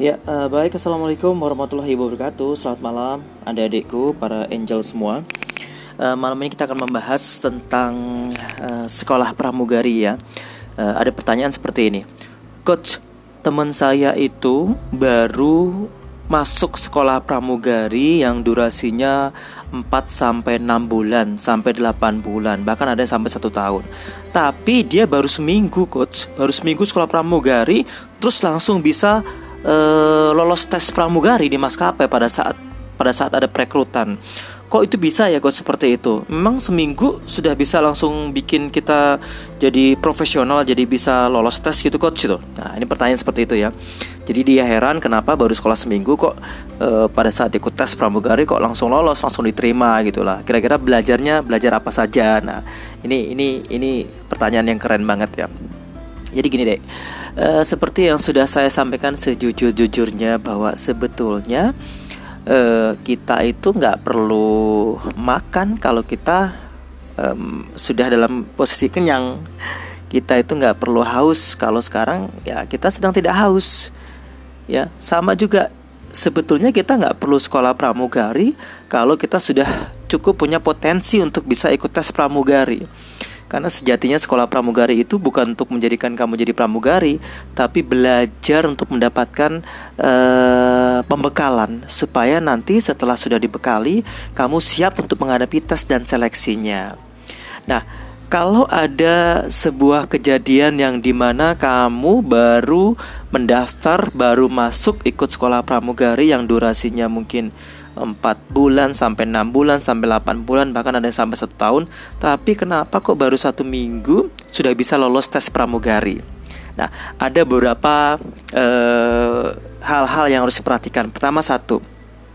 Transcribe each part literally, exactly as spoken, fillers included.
Ya, eh, baik. Assalamualaikum warahmatullahi wabarakatuh. Selamat malam, adik-adikku, para angel semua. Eh, malam ini kita akan membahas tentang eh, sekolah pramugari ya. Eh, ada pertanyaan seperti ini, Coach, teman saya itu baru masuk sekolah pramugari yang durasinya empat sampai enam bulan, sampai delapan bulan, bahkan ada sampai satu tahun. Tapi dia baru seminggu, Coach. Baru seminggu sekolah pramugari, terus langsung bisa Uh, lolos tes pramugari di maskapai pada saat pada saat ada perekrutan. Kok itu bisa ya, Coach, seperti itu? Memang seminggu sudah bisa langsung bikin kita jadi profesional, jadi bisa lolos tes gitu, Coach itu. Nah, ini pertanyaan seperti itu ya. Jadi dia heran kenapa baru sekolah seminggu kok uh, pada saat ikut tes pramugari kok langsung lolos, langsung diterima gitulah. Kira-kira belajarnya belajar apa saja? Nah, ini ini ini pertanyaan yang keren banget ya. Jadi gini deh, e, seperti yang sudah saya sampaikan sejujur-jujurnya bahwa sebetulnya e, kita itu nggak perlu makan kalau kita e, sudah dalam posisi kenyang. Kita itu nggak perlu haus kalau sekarang ya kita sedang tidak haus. Ya, sama juga sebetulnya kita nggak perlu sekolah pramugari kalau kita sudah cukup punya potensi untuk bisa ikut tes pramugari. Karena sejatinya sekolah pramugari itu bukan untuk menjadikan kamu jadi pramugari, tapi belajar untuk mendapatkan uh, pembekalan supaya nanti setelah sudah dibekali, kamu siap untuk menghadapi tes dan seleksinya. Nah, kalau ada sebuah kejadian yang dimana kamu baru mendaftar, baru masuk ikut sekolah pramugari yang durasinya mungkin empat bulan sampai enam bulan sampai delapan bulan, bahkan ada yang sampai satu tahun, tapi kenapa kok baru satu minggu sudah bisa lolos tes pramugari? Nah, ada beberapa eh, hal-hal yang harus diperhatikan. Pertama, satu,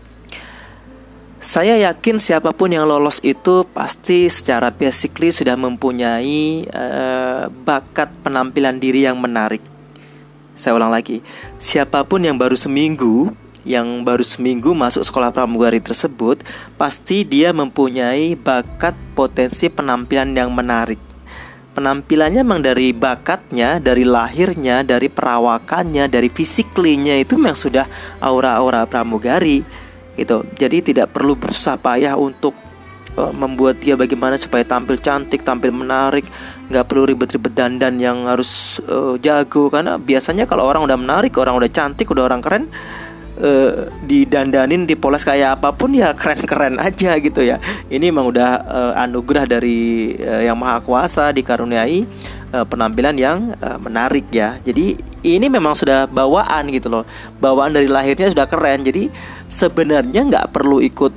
saya yakin siapapun yang lolos itu pasti secara basically sudah mempunyai eh, bakat penampilan diri yang menarik. Saya ulang lagi, siapapun yang baru seminggu yang baru seminggu masuk sekolah pramugari tersebut, pasti dia mempunyai bakat potensi penampilan yang menarik. Penampilannya memang dari bakatnya, dari lahirnya, dari perawakannya, dari fisiklinya itu memang sudah aura-aura pramugari gitu. Jadi tidak perlu bersusah payah untuk uh, membuat dia bagaimana supaya tampil cantik, tampil menarik. Gak perlu ribet-ribet dandan yang harus uh, jago. Karena biasanya kalau orang udah menarik, orang udah cantik, udah orang keren, Uh, didandanin, dipoles kayak apapun ya keren-keren aja gitu ya. Ini memang udah uh, anugerah dari uh, Yang Maha Kuasa, dikaruniai uh, penampilan yang uh, menarik ya. Jadi ini memang sudah bawaan gitu loh. Bawaan dari lahirnya sudah keren. Jadi sebenarnya nggak perlu ikut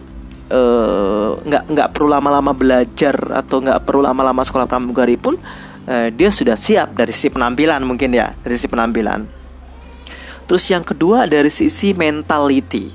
uh, nggak nggak perlu lama-lama belajar atau nggak perlu lama-lama sekolah pramugari pun uh, dia sudah siap dari sisi penampilan mungkin ya, dari sisi penampilan. Terus yang kedua dari sisi mentality.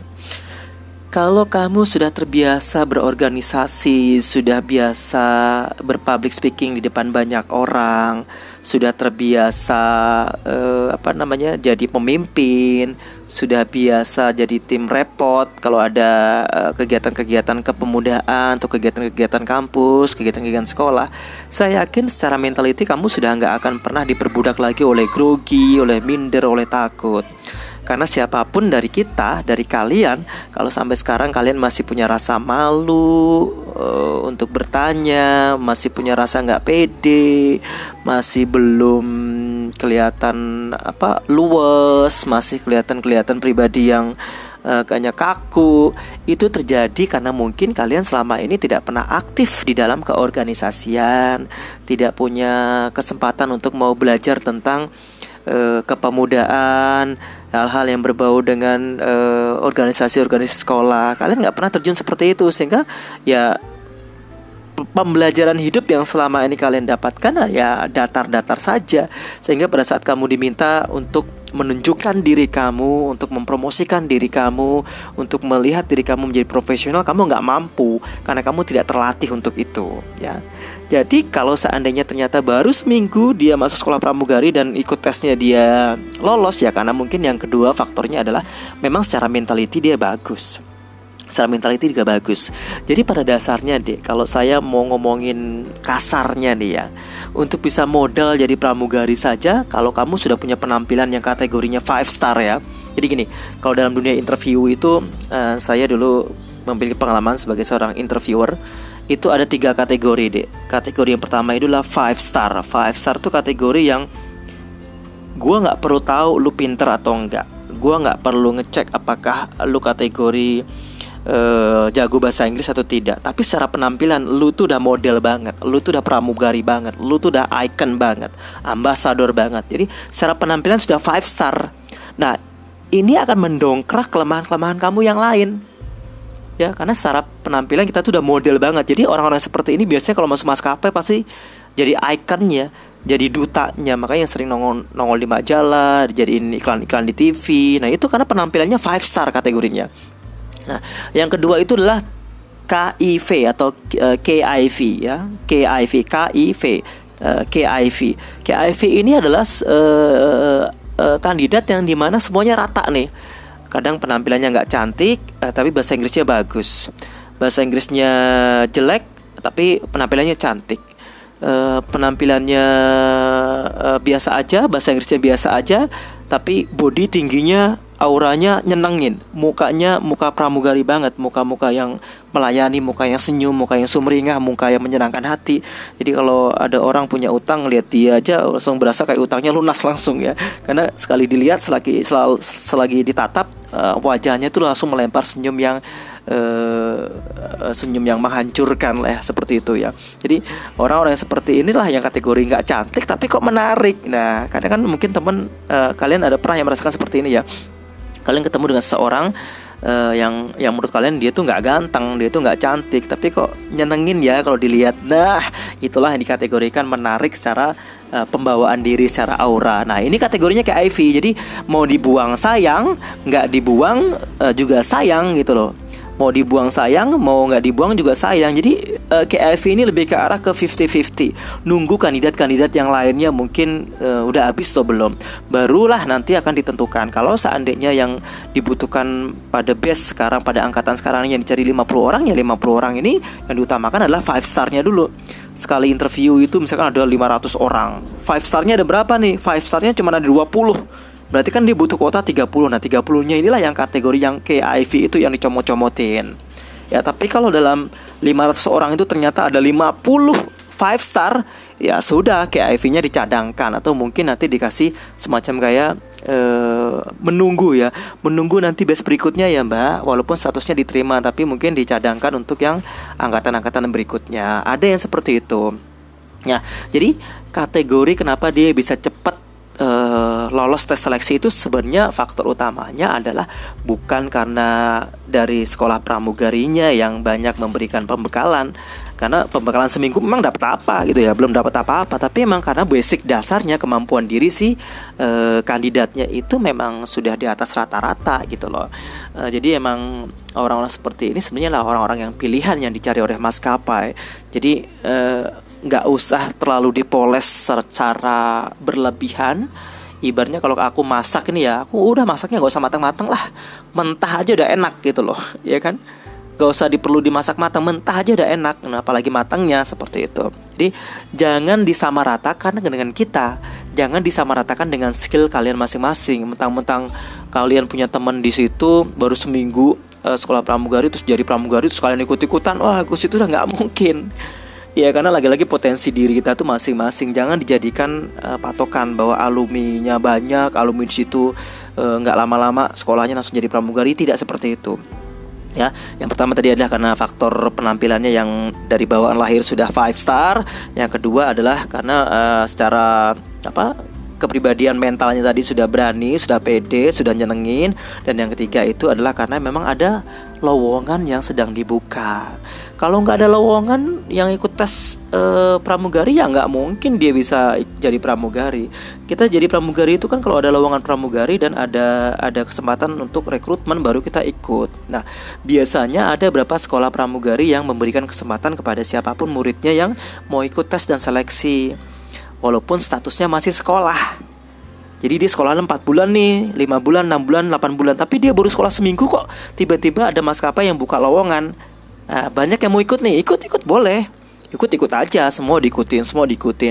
Kalau kamu sudah terbiasa berorganisasi, sudah biasa berpublic speaking di depan banyak orang, sudah terbiasa eh, apa namanya jadi pemimpin, sudah biasa jadi tim repot kalau ada eh, kegiatan-kegiatan kepemudaan atau kegiatan-kegiatan kampus, kegiatan-kegiatan sekolah, saya yakin secara mentality kamu sudah nggak akan pernah diperbudak lagi oleh grogi, oleh minder, oleh takut. Karena siapapun dari kita, dari kalian, kalau sampai sekarang kalian masih punya rasa malu uh, untuk bertanya, masih punya rasa nggak pede, masih belum kelihatan apa luwes, masih kelihatan-kelihatan pribadi yang uh, kayaknya kaku, itu terjadi karena mungkin kalian selama ini tidak pernah aktif di dalam keorganisasian, tidak punya kesempatan untuk mau belajar tentang uh, kepemudaan, hal-hal yang berbau dengan uh, organisasi-organisasi sekolah. Kalian nggak pernah terjun seperti itu, sehingga ya pembelajaran hidup yang selama ini kalian dapatkan ya datar-datar saja. Sehingga pada saat kamu diminta untuk menunjukkan diri kamu, untuk mempromosikan diri kamu, untuk melihat diri kamu menjadi profesional, kamu nggak mampu karena kamu tidak terlatih untuk itu ya. Jadi kalau seandainya ternyata baru seminggu dia masuk sekolah pramugari dan ikut tesnya dia lolos ya, karena mungkin yang kedua faktornya adalah memang secara mentality dia bagus. Secara mentality juga bagus. Jadi pada dasarnya deh, kalau saya mau ngomongin kasarnya nih ya, untuk bisa modal jadi pramugari saja, kalau kamu sudah punya penampilan yang kategorinya five star ya, Jadi gini, kalau dalam dunia interview itu uh, saya dulu memiliki pengalaman sebagai seorang interviewer. Itu ada tiga kategori deh. Kategori yang pertama itu adalah five star. Five star itu kategori yang gue nggak perlu tahu lu pinter atau enggak. Gue nggak perlu ngecek apakah lu kategori uh, jago bahasa Inggris atau tidak. Tapi secara penampilan lu tuh udah model banget, lu tuh udah pramugari banget, lu tuh udah icon banget, ambasador banget. Jadi secara penampilan sudah five star. Nah, ini akan mendongkrak kelemahan-kelemahan kamu yang lain. Ya, karena secara penampilan kita tuh udah model banget. Jadi orang-orang seperti ini biasanya kalau masuk maskapai pasti jadi ikonnya, jadi dutanya. Makanya yang sering nongol, nongol di majalah, dijadiin iklan-iklan di T V. Nah, itu karena penampilannya five star kategorinya. Nah, yang kedua itu adalah K I V atau uh, K I V ya. K I V, K I V, uh, K I V. K I V ini adalah uh, uh, kandidat yang dimana semuanya rata nih. Kadang penampilannya nggak cantik, uh, tapi bahasa Inggrisnya bagus. Bahasa Inggrisnya jelek, tapi penampilannya cantik. Uh, penampilannya uh, biasa aja, bahasa Inggrisnya biasa aja, tapi body tingginya, auranya nyenengin. Mukanya muka pramugari banget, muka-muka yang melayani, muka yang senyum, muka yang sumringah, muka yang menyenangkan hati. Jadi kalau ada orang punya utang, lihat dia aja langsung berasa kayak utangnya lunas langsung ya. Karena sekali dilihat, selagi selalu, selagi ditatap, uh, wajahnya tuh langsung melempar senyum yang uh, senyum yang menghancurkan lah ya, seperti itu ya. Jadi orang-orang yang seperti inilah yang kategori nggak cantik tapi kok menarik. Nah, kadang kan mungkin teman uh, kalian ada pernah yang merasakan seperti ini ya. Kalian ketemu dengan seseorang uh, yang yang menurut kalian dia tuh nggak ganteng, dia tuh nggak cantik, tapi kok nyenengin ya kalau dilihat. Nah, itulah yang dikategorikan menarik secara uh, pembawaan diri, secara aura. Nah, ini kategorinya kayak I V. Jadi mau dibuang sayang, nggak dibuang uh, juga sayang gitu loh. Mau dibuang sayang, mau nggak dibuang juga sayang. Jadi uh, K I V ini lebih ke arah ke fifty fifty. Nunggu kandidat-kandidat yang lainnya mungkin uh, udah habis atau belum, barulah nanti akan ditentukan. Kalau seandainya yang dibutuhkan pada base sekarang, pada angkatan sekarang yang dicari lima puluh orang, ya lima puluh orang ini yang diutamakan adalah five star-nya dulu. Sekali interview itu misalkan ada lima ratus orang, five star-nya ada berapa nih? five star-nya cuma ada dua puluh. Berarti kan dia butuh kuota tiga puluh. Nah, tiga puluh-nya inilah yang kategori yang K I V itu yang dicomot-comotin. Ya, tapi kalau dalam lima ratus orang itu ternyata ada lima puluh five star, ya sudah, K I V-nya dicadangkan. Atau mungkin nanti dikasih semacam kayak uh, menunggu ya. Menunggu nanti batch berikutnya ya Mbak. Walaupun statusnya diterima, tapi mungkin dicadangkan untuk yang angkatan-angkatan berikutnya. Ada yang seperti itu. Ya, jadi kategori kenapa dia bisa cepat Uh, lolos tes seleksi itu sebenarnya faktor utamanya adalah bukan karena dari sekolah pramugarinya yang banyak memberikan pembekalan, karena pembekalan seminggu memang dapat apa gitu ya, belum dapat apa-apa, tapi memang karena basic dasarnya kemampuan diri si uh, kandidatnya itu memang sudah di atas rata-rata gitu loh. Uh, jadi emang orang-orang seperti ini sebenarnya lah orang-orang yang pilihan yang dicari oleh maskapai. Jadi uh, nggak usah terlalu dipoles secara berlebihan. Ibaratnya kalau aku masak ini ya, aku udah masaknya nggak usah matang-matang lah, mentah aja udah enak gitu loh, ya kan? Gak usah diperlu dimasak matang, mentah aja udah enak. Nah, apalagi matangnya seperti itu. Jadi jangan disamaratakan dengan kita, jangan disamaratakan dengan skill kalian masing-masing. Mentang-mentang kalian punya teman di situ baru seminggu uh, sekolah pramugari terus jadi pramugari terus kalian ikut-ikutan, wah aku situ udah nggak mungkin. Ya, karena lagi-lagi potensi diri kita tuh masing-masing. Jangan dijadikan uh, patokan bahwa alumninya banyak, alumni di situ uh, nggak lama-lama sekolahnya langsung jadi pramugari. Tidak seperti itu. Ya, yang pertama tadi adalah karena faktor penampilannya yang dari bawaan lahir sudah five star. Yang kedua adalah karena uh, secara apa kepribadian mentalnya tadi sudah berani, sudah pede, sudah nyenengin. Dan yang ketiga itu adalah karena memang ada lowongan yang sedang dibuka. Kalau nggak ada lowongan yang ikut tes e, pramugari, ya nggak mungkin dia bisa jadi pramugari. Kita jadi pramugari itu kan kalau ada lowongan pramugari dan ada ada kesempatan untuk rekrutmen baru kita ikut. Nah, biasanya ada beberapa sekolah pramugari yang memberikan kesempatan kepada siapapun muridnya yang mau ikut tes dan seleksi, walaupun statusnya masih sekolah. Jadi dia sekolah empat bulan nih, lima bulan, enam bulan, delapan bulan, tapi dia baru sekolah seminggu kok tiba-tiba ada maskapai yang buka lowongan. Nah, banyak yang mau ikut nih, ikut-ikut boleh, ikut-ikut aja, semua diikutin, semua diikutin.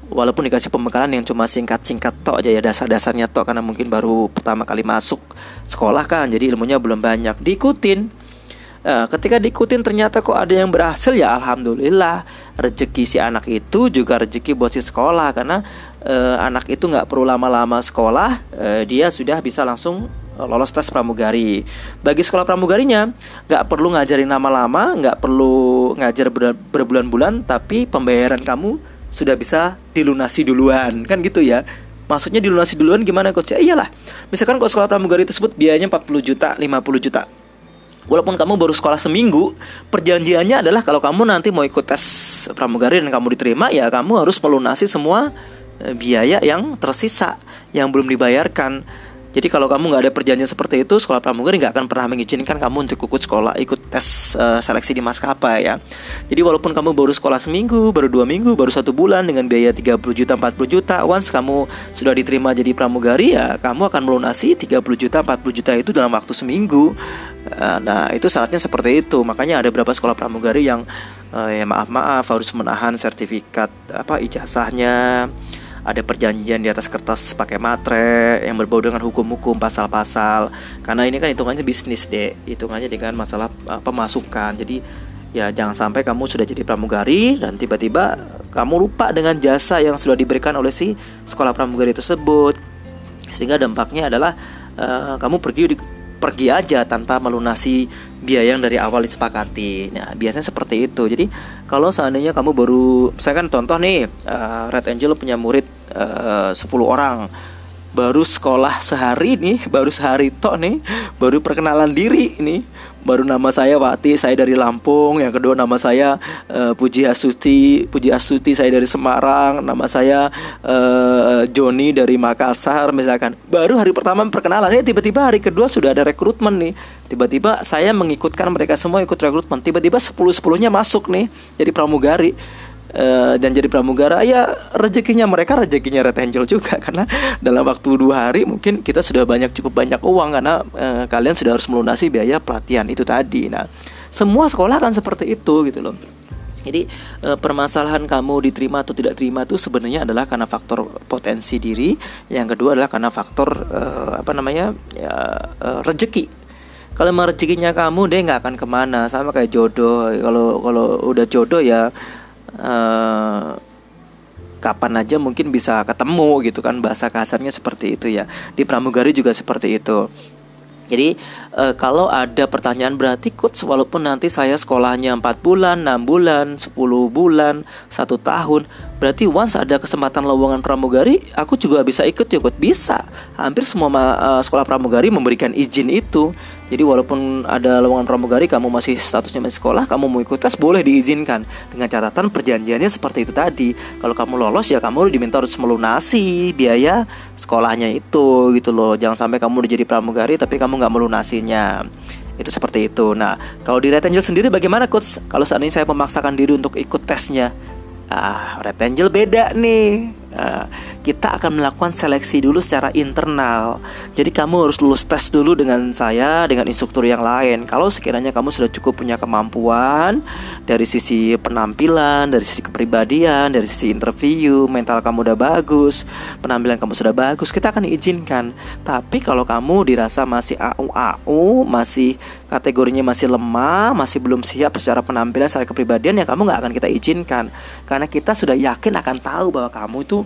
walaupun dikasih pembekalan yang cuma singkat-singkat tok aja ya, dasar-dasarnya tok, karena mungkin baru pertama kali masuk sekolah kan, jadi ilmunya belum banyak. Diikutin, uh, ketika diikutin ternyata kok ada yang berhasil, ya alhamdulillah. Rezeki si anak itu juga rezeki buat si sekolah, karena uh, anak itu nggak perlu lama-lama sekolah, uh, dia sudah bisa langsung lolos tes pramugari. Bagi sekolah pramugarinya nggak perlu ngajarin lama-lama, nggak perlu ngajar ber- berbulan-bulan, tapi pembayaran kamu sudah bisa dilunasi duluan, kan gitu ya. Maksudnya dilunasi duluan gimana coach? Ya iyalah, misalkan kalau sekolah pramugari tersebut biayanya empat puluh juta, lima puluh juta, walaupun kamu baru sekolah seminggu, perjanjiannya adalah kalau kamu nanti mau ikut tes pramugari dan kamu diterima, ya kamu harus melunasi semua e, biaya yang tersisa, yang belum dibayarkan. Jadi kalau kamu nggak ada perjanjian seperti itu, sekolah pramugari nggak akan pernah mengizinkan kamu untuk ikut sekolah, ikut tes uh, seleksi di maskapai ya. Jadi walaupun kamu baru sekolah seminggu, baru dua minggu, baru satu bulan dengan biaya tiga puluh juta, empat puluh juta, once kamu sudah diterima jadi pramugari, ya kamu akan melunasi tiga puluh juta, empat puluh juta itu dalam waktu seminggu. Uh, nah itu syaratnya seperti itu. Makanya ada beberapa sekolah pramugari yang uh, ya maaf-maaf harus menahan sertifikat apa ijazahnya. Ada perjanjian di atas kertas pakai matre yang berbau dengan hukum-hukum, pasal-pasal. Karena ini kan hitungannya bisnis deh, hitungannya dengan masalah uh, pemasukan. Jadi ya jangan sampai kamu sudah jadi pramugari dan tiba-tiba kamu lupa dengan jasa yang sudah diberikan oleh si sekolah pramugari tersebut. Sehingga dampaknya adalah uh, kamu pergi di, pergi aja tanpa melunasi biaya yang dari awal disepakati. Nah, biasanya seperti itu. Jadi kalau seandainya kamu baru, saya kan contoh nih, uh, Red Angel punya murid uh, sepuluh orang, baru sekolah sehari nih, baru sehari tok nih, baru perkenalan diri nih, baru nama saya Wati, saya dari Lampung. Yang kedua nama saya uh, Puji Astuti, Puji Astuti, saya dari Semarang. Nama saya uh, Joni dari Makassar misalkan. Baru hari pertama perkenalan, ya tiba-tiba hari kedua sudah ada rekrutmen nih. Tiba-tiba saya mengikutkan mereka semua ikut rekrutmen. Tiba-tiba sepuluh-sepuluhnya masuk nih jadi pramugari. Uh, dan jadi pramugara, ya rezekinya mereka rezekinya Red Angel juga, karena dalam waktu dua hari mungkin kita sudah banyak cukup banyak uang karena uh, kalian sudah harus melunasi biaya pelatihan itu tadi. Nah, semua sekolah kan seperti itu gitu loh. Jadi uh, permasalahan kamu diterima atau tidak terima itu sebenarnya adalah karena faktor potensi diri. Yang kedua adalah karena faktor uh, apa namanya ya, uh, rezeki. Kalau emang rezekinya kamu, dia nggak akan kemana. Sama kayak jodoh. Kalau kalau udah jodoh ya Uh, kapan aja mungkin bisa ketemu gitu kan, bahasa kasarnya seperti itu ya. Di pramugari juga seperti itu. Jadi uh, kalau ada pertanyaan, berarti coach walaupun nanti saya sekolahnya empat bulan, enam bulan, sepuluh bulan, satu tahun, berarti once ada kesempatan lowongan pramugari, aku juga bisa ikut ya coach? Bisa. Hampir semua uh, sekolah pramugari memberikan izin itu. Jadi walaupun ada lowongan pramugari, kamu masih statusnya masih sekolah, kamu mau ikut tes boleh diizinkan, dengan catatan perjanjiannya seperti itu tadi. Kalau kamu lolos ya kamu diminta harus melunasi biaya sekolahnya itu gitu loh. Jangan sampai kamu udah jadi pramugari tapi kamu nggak melunasinya. Itu seperti itu. Nah, kalau di Red Angel sendiri bagaimana coach? Kalau saat ini saya memaksakan diri untuk ikut tesnya, ah, Red Angel beda nih. Uh, kita akan melakukan seleksi dulu secara internal. Jadi kamu harus lulus tes dulu dengan saya, dengan instruktur yang lain. Kalau sekiranya kamu sudah cukup punya kemampuan dari sisi penampilan, dari sisi kepribadian, dari sisi interview, mental kamu udah bagus, penampilan kamu sudah bagus, kita akan diizinkan. Tapi kalau kamu dirasa masih A U A U, masih kategorinya masih lemah, masih belum siap secara penampilan, secara kepribadian, ya kamu gak akan kita izinkan. Karena kita sudah yakin akan tahu bahwa kamu itu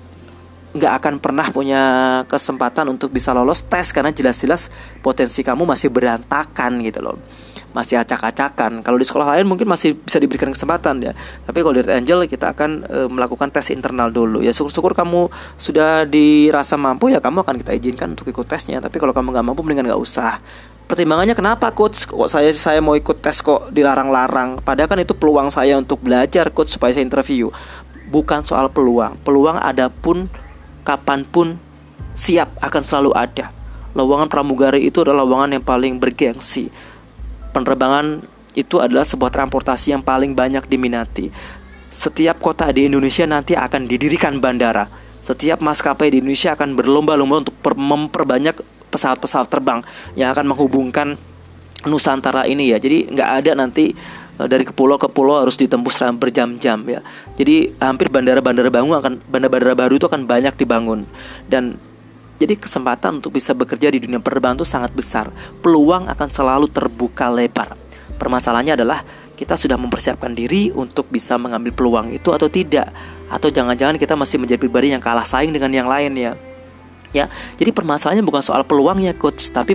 nggak akan pernah punya kesempatan untuk bisa lolos tes, karena jelas-jelas potensi kamu masih berantakan gitu loh, masih acak-acakan. Kalau di sekolah lain mungkin masih bisa diberikan kesempatan ya, tapi kalau di Red Angel kita akan e, melakukan tes internal dulu. Ya syukur-syukur kamu sudah dirasa mampu, ya kamu akan kita izinkan untuk ikut tesnya. Tapi kalau kamu nggak mampu, mendingan nggak usah. Pertimbangannya kenapa coach? Kok saya saya mau ikut tes kok dilarang-larang? Padahal kan itu peluang saya untuk belajar coach, supaya saya interview. Bukan soal peluang. Peluang ada pun, kapanpun siap, akan selalu ada. Lowongan pramugari itu adalah lowongan yang paling bergengsi. Penerbangan itu adalah sebuah transportasi yang paling banyak diminati. Setiap kota di Indonesia nanti akan didirikan bandara. Setiap maskapai di Indonesia akan berlomba-lomba untuk memperbanyak pesawat-pesawat terbang yang akan menghubungkan Nusantara ini ya. Jadi nggak ada nanti uh, dari ke pulau ke pulau harus ditembus selama berjam-jam ya. Jadi hampir bandara-bandara bangun akan bandara-bandara baru itu akan banyak dibangun, dan jadi kesempatan untuk bisa bekerja di dunia penerbangan itu sangat besar. Peluang akan selalu terbuka lebar. Permasalahannya adalah kita sudah mempersiapkan diri untuk bisa mengambil peluang itu atau tidak, atau jangan-jangan kita masih menjadi pribadi yang kalah saing dengan yang lain ya. Ya, jadi permasalahannya bukan soal peluangnya coach, tapi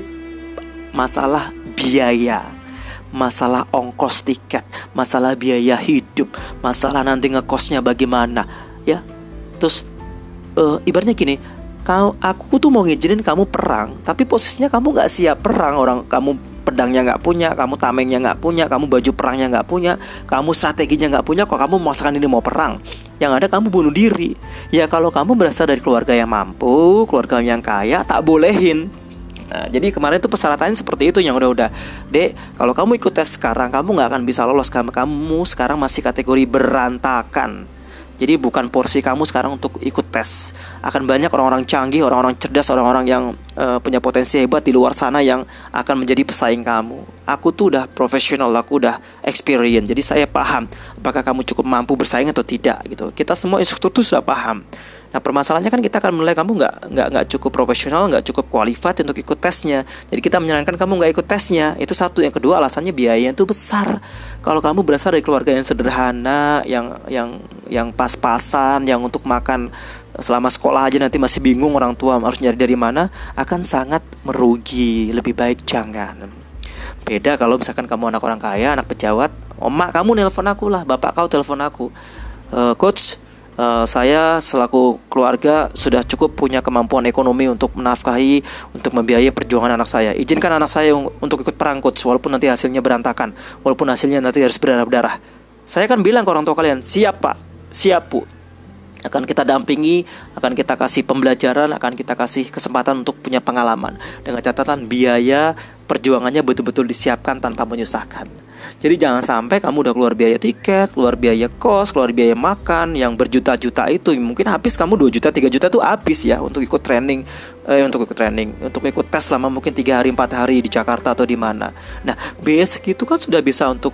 masalah biaya, masalah ongkos tiket, masalah biaya hidup, masalah nanti ngekosnya bagaimana ya. Terus uh, ibaratnya gini, kau, aku tuh mau ngizinin kamu perang, tapi posisinya kamu nggak siap perang. Orang kamu pedangnya nggak punya, kamu tamengnya nggak punya, kamu baju perangnya nggak punya, kamu strateginya nggak punya, kok kamu memaksakan ini mau perang? Yang ada kamu bunuh diri. Ya kalau kamu berasal dari keluarga yang mampu, keluarga yang kaya, tak bolehin. Nah, jadi kemarin tuh persyaratannya seperti itu yang udah-udah. Dek, kalau kamu ikut tes sekarang, kamu nggak akan bisa lolos. Kamu, kamu sekarang masih kategori berantakan. Jadi bukan porsi kamu sekarang untuk ikut tes. Akan banyak orang-orang canggih, orang-orang cerdas, orang-orang yang uh, punya potensi hebat di luar sana yang akan menjadi pesaing kamu. Aku tuh udah profesional, aku udah experience. Jadi saya paham apakah kamu cukup mampu bersaing atau tidak gitu. Kita semua instruktur tuh sudah paham. Nah permasalahannya kan kita akan menilai kamu nggak nggak nggak cukup profesional, nggak cukup qualified untuk ikut tesnya. Jadi kita menyarankan kamu nggak ikut tesnya. Itu satu. Yang kedua, alasannya biayanya itu besar. Kalau kamu berasal dari keluarga yang sederhana, yang yang yang pas-pasan, yang untuk makan selama sekolah aja nanti masih bingung orang tua harus nyari dari mana, akan sangat merugi. Lebih baik jangan. Beda kalau misalkan kamu anak orang kaya, anak pejabat, emak kamu nelpon aku lah, bapak kau telepon aku, e, coach, Uh, saya selaku keluarga sudah cukup punya kemampuan ekonomi untuk menafkahi, untuk membiayai perjuangan anak saya. Izinkan anak saya untuk ikut perang coach, walaupun nanti hasilnya berantakan, walaupun hasilnya nanti harus berdarah-darah. Saya kan bilang ke orang tua kalian, siap pak, siap bu. Akan kita dampingi, akan kita kasih pembelajaran, akan kita kasih kesempatan untuk punya pengalaman. Dengan catatan biaya perjuangannya betul-betul disiapkan tanpa menyusahkan. Jadi jangan sampai kamu udah keluar biaya tiket, keluar biaya kos, keluar biaya makan yang berjuta-juta itu. Mungkin habis kamu dua juta, tiga juta itu habis ya untuk ikut training, eh, untuk ikut training, untuk ikut tes selama mungkin tiga hari, empat hari di Jakarta atau di mana. Nah, basic itu kan sudah bisa untuk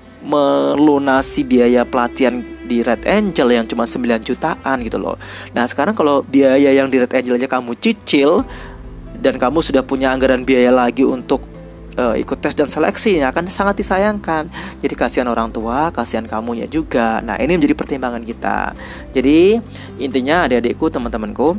melunasi biaya pelatihan di Red Angel yang cuma sembilan jutaan gitu loh. Nah, sekarang kalau biaya yang di Red Angel aja kamu cicil dan kamu sudah punya anggaran biaya lagi untuk Uh, ikut tes dan seleksi, akan sangat disayangkan. Jadi kasihan orang tua, kasihan kamunya juga. Nah ini menjadi pertimbangan kita. Jadi intinya adik-adikku, teman-temanku,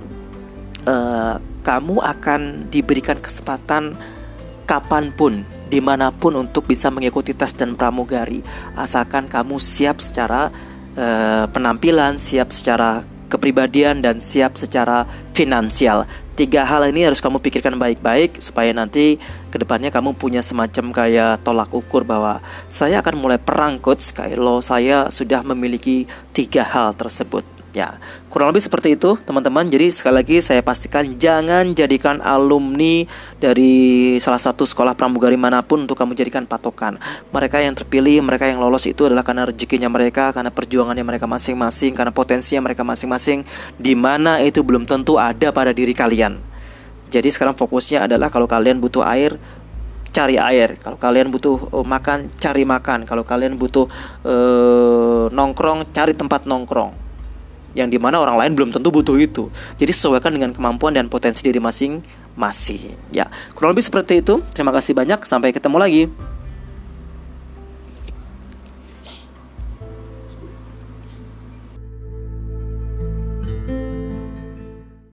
uh, kamu akan diberikan kesempatan kapanpun, dimanapun untuk bisa mengikuti tes dan pramugari, asalkan kamu siap secara uh, penampilan, siap secara kepribadian, dan siap secara finansial. Tiga hal ini harus kamu pikirkan baik-baik supaya nanti kedepannya kamu punya semacam kayak tolak ukur bahwa saya akan mulai perang coach kalau saya sudah memiliki tiga hal tersebut. Ya, kurang lebih seperti itu teman-teman. Jadi sekali lagi saya pastikan jangan jadikan alumni dari salah satu sekolah pramugari manapun untuk kamu jadikan patokan. Mereka yang terpilih, mereka yang lolos itu adalah karena rezekinya mereka, karena perjuangannya mereka masing-masing, karena potensinya mereka masing-masing, di mana itu belum tentu ada pada diri kalian. Jadi sekarang fokusnya adalah kalau kalian butuh air, cari air. Kalau kalian butuh uh, makan, cari makan. Kalau kalian butuh uh, nongkrong, cari tempat nongkrong. Yang dimana orang lain belum tentu butuh itu. Jadi sesuaikan dengan kemampuan dan potensi diri masing-masing. Ya, kurang lebih seperti itu. Terima kasih banyak. Sampai ketemu lagi.